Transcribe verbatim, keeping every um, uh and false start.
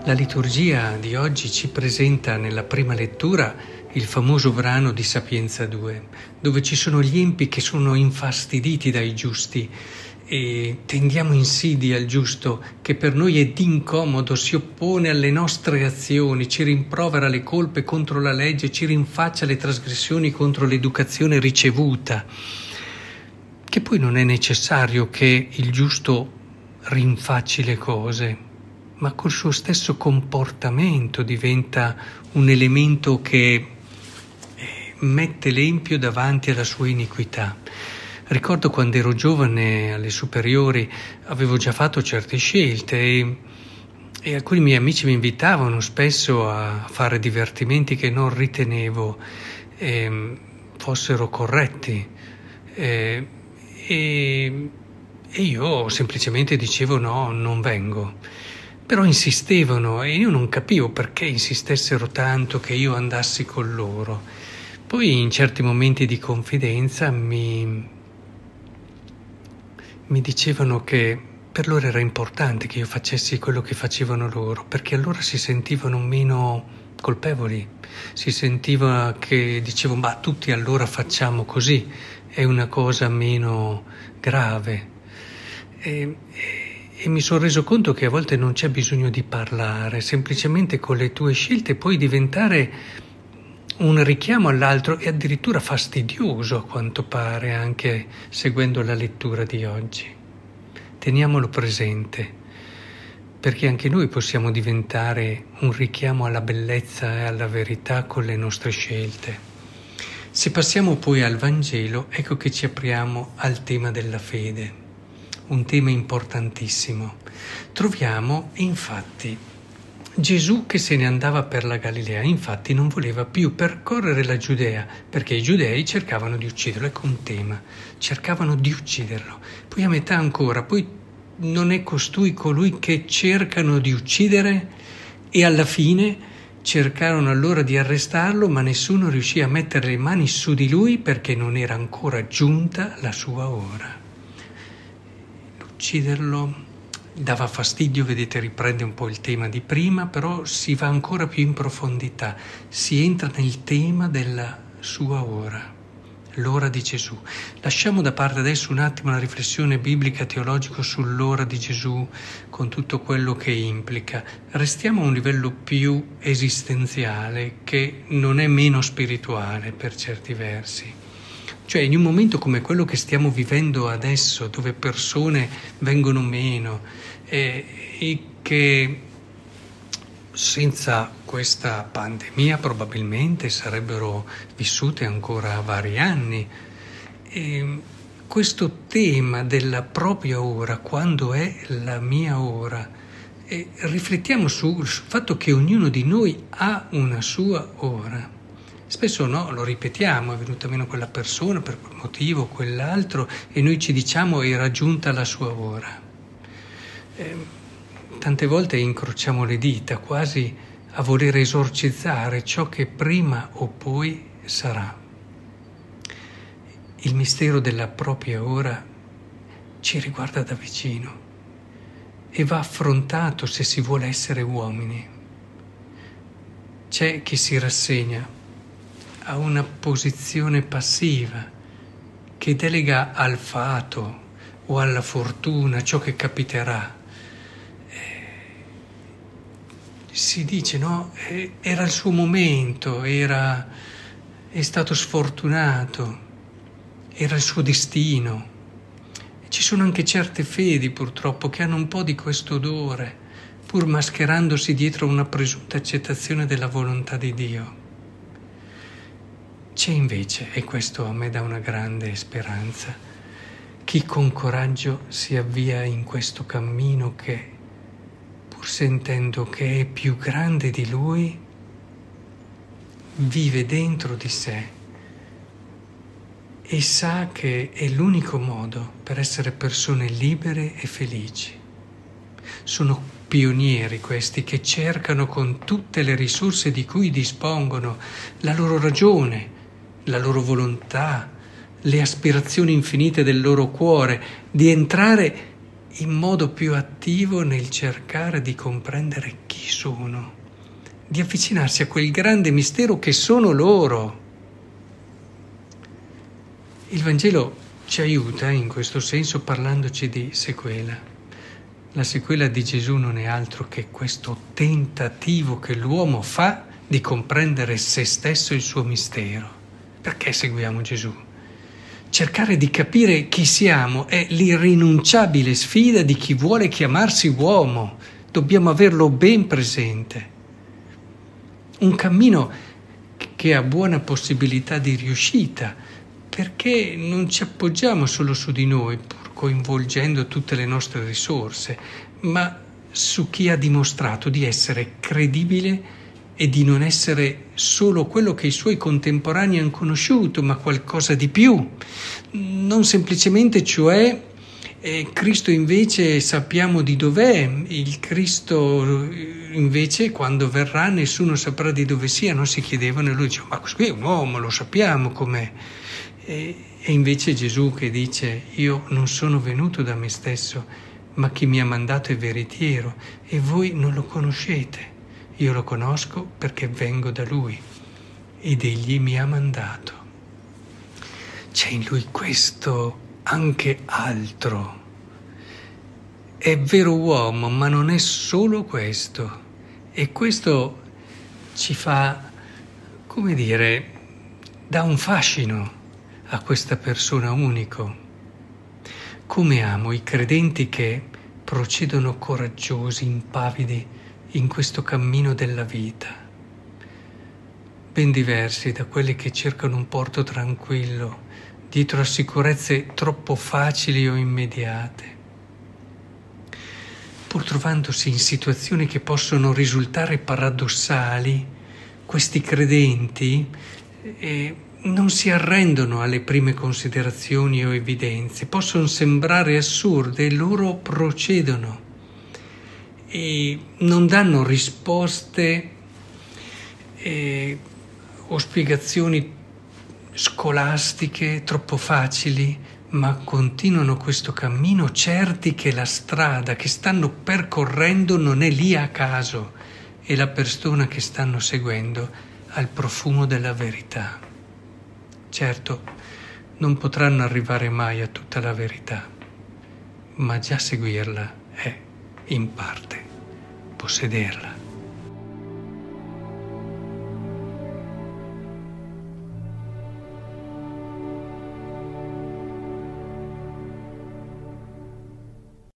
La liturgia di oggi ci presenta nella prima lettura il famoso brano di Sapienza due, dove ci sono gli empi che sono infastiditi dai giusti e tendiamo insidie al giusto che per noi è d'incomodo, si oppone alle nostre azioni, ci rimprovera le colpe contro la legge, ci rinfaccia le trasgressioni contro l'educazione ricevuta, che poi non è necessario che il giusto rinfacci le cose, ma col suo stesso comportamento diventa un elemento che mette l'empio davanti alla sua iniquità. Ricordo quando ero giovane, alle superiori, avevo già fatto certe scelte e, e alcuni miei amici mi invitavano spesso a fare divertimenti che non ritenevo eh, fossero corretti. Eh, e, e io semplicemente dicevo no, non vengo. Però insistevano e io non capivo perché insistessero tanto che io andassi con loro. Poi in certi momenti di confidenza mi, mi dicevano che per loro era importante che io facessi quello che facevano loro, perché allora si sentivano meno colpevoli, si sentiva che dicevo ma tutti allora facciamo così, è una cosa meno grave. E, E mi sono reso conto che a volte non c'è bisogno di parlare, semplicemente con le tue scelte puoi diventare un richiamo all'altro e addirittura fastidioso a quanto pare, anche seguendo la lettura di oggi. Teniamolo presente, perché anche noi possiamo diventare un richiamo alla bellezza e alla verità con le nostre scelte. Se passiamo poi al Vangelo, ecco che ci apriamo al tema della fede. Un tema importantissimo. Troviamo infatti Gesù che se ne andava per la Galilea, infatti non voleva più percorrere la Giudea, perché i giudei cercavano di ucciderlo, ecco un tema, cercavano di ucciderlo. Poi a metà ancora, poi non è costui colui che cercano di uccidere, e alla fine cercarono allora di arrestarlo, ma nessuno riuscì a mettere le mani su di lui perché non era ancora giunta la sua ora. Ucciderlo dava fastidio, vedete, riprende un po' il tema di prima, però si va ancora più in profondità, si entra nel tema della sua ora, l'ora di Gesù. Lasciamo da parte adesso un attimo la riflessione biblica teologica sull'ora di Gesù, con tutto quello che implica. Restiamo a un livello più esistenziale, che non è meno spirituale per certi versi. Cioè in un momento come quello che stiamo vivendo adesso, dove persone vengono meno eh, e che senza questa pandemia probabilmente sarebbero vissute ancora vari anni, e questo tema della propria ora, quando è la mia ora, e riflettiamo sul fatto che ognuno di noi ha una sua ora. Spesso no, lo ripetiamo, è venuta meno quella persona per quel motivo o quell'altro e noi ci diciamo è raggiunta la sua ora. Eh, tante volte incrociamo le dita quasi a voler esorcizzare ciò che prima o poi sarà. Il mistero della propria ora ci riguarda da vicino e va affrontato se si vuole essere uomini. C'è chi si rassegna a una posizione passiva che delega al fato o alla fortuna ciò che capiterà. Eh, si dice no, eh, era il suo momento, era, è stato sfortunato, era il suo destino. Ci sono anche certe fedi purtroppo che hanno un po' di questo odore, pur mascherandosi dietro una presunta accettazione della volontà di Dio. C'è invece, e questo a me dà una grande speranza, chi con coraggio si avvia in questo cammino che, pur sentendo che è più grande di lui, vive dentro di sé e sa che è l'unico modo per essere persone libere e felici. Sono pionieri questi che cercano con tutte le risorse di cui dispongono, la loro ragione, la loro volontà, le aspirazioni infinite del loro cuore, di entrare in modo più attivo nel cercare di comprendere chi sono, di avvicinarsi a quel grande mistero che sono loro. Il Vangelo ci aiuta in questo senso parlandoci di sequela. La sequela di Gesù non è altro che questo tentativo che l'uomo fa di comprendere se stesso e il suo mistero. Perché seguiamo Gesù? Cercare di capire chi siamo è l'irrinunciabile sfida di chi vuole chiamarsi uomo. Dobbiamo averlo ben presente. Un cammino che ha buona possibilità di riuscita, perché non ci appoggiamo solo su di noi, pur coinvolgendo tutte le nostre risorse, ma su chi ha dimostrato di essere credibile e di non essere solo quello che i suoi contemporanei hanno conosciuto, ma qualcosa di più. Non semplicemente, cioè, eh, Cristo invece sappiamo di dov'è, il Cristo invece quando verrà nessuno saprà di dove sia, non si chiedevano e lui diceva, ma questo qui è un uomo, lo sappiamo com'è. E, e invece Gesù che dice, io non sono venuto da me stesso, ma chi mi ha mandato è veritiero e voi non lo conoscete. Io lo conosco perché vengo da Lui ed Egli mi ha mandato. C'è in Lui questo anche altro. È vero uomo, ma non è solo questo. E questo ci fa, come dire, dà un fascino a questa persona unico. Come amo i credenti che procedono coraggiosi, impavidi, in questo cammino della vita, ben diversi da quelli che cercano un porto tranquillo, dietro a sicurezze troppo facili o immediate, pur trovandosi in situazioni che possono risultare paradossali. Questi credenti eh, non si arrendono alle prime considerazioni o evidenze, possono sembrare assurde, loro procedono e non danno risposte eh, o spiegazioni scolastiche troppo facili, ma continuano questo cammino certi che la strada che stanno percorrendo non è lì a caso e la persona che stanno seguendo ha il profumo della verità. Certo, non potranno arrivare mai a tutta la verità, ma già seguirla è, in parte, possederla.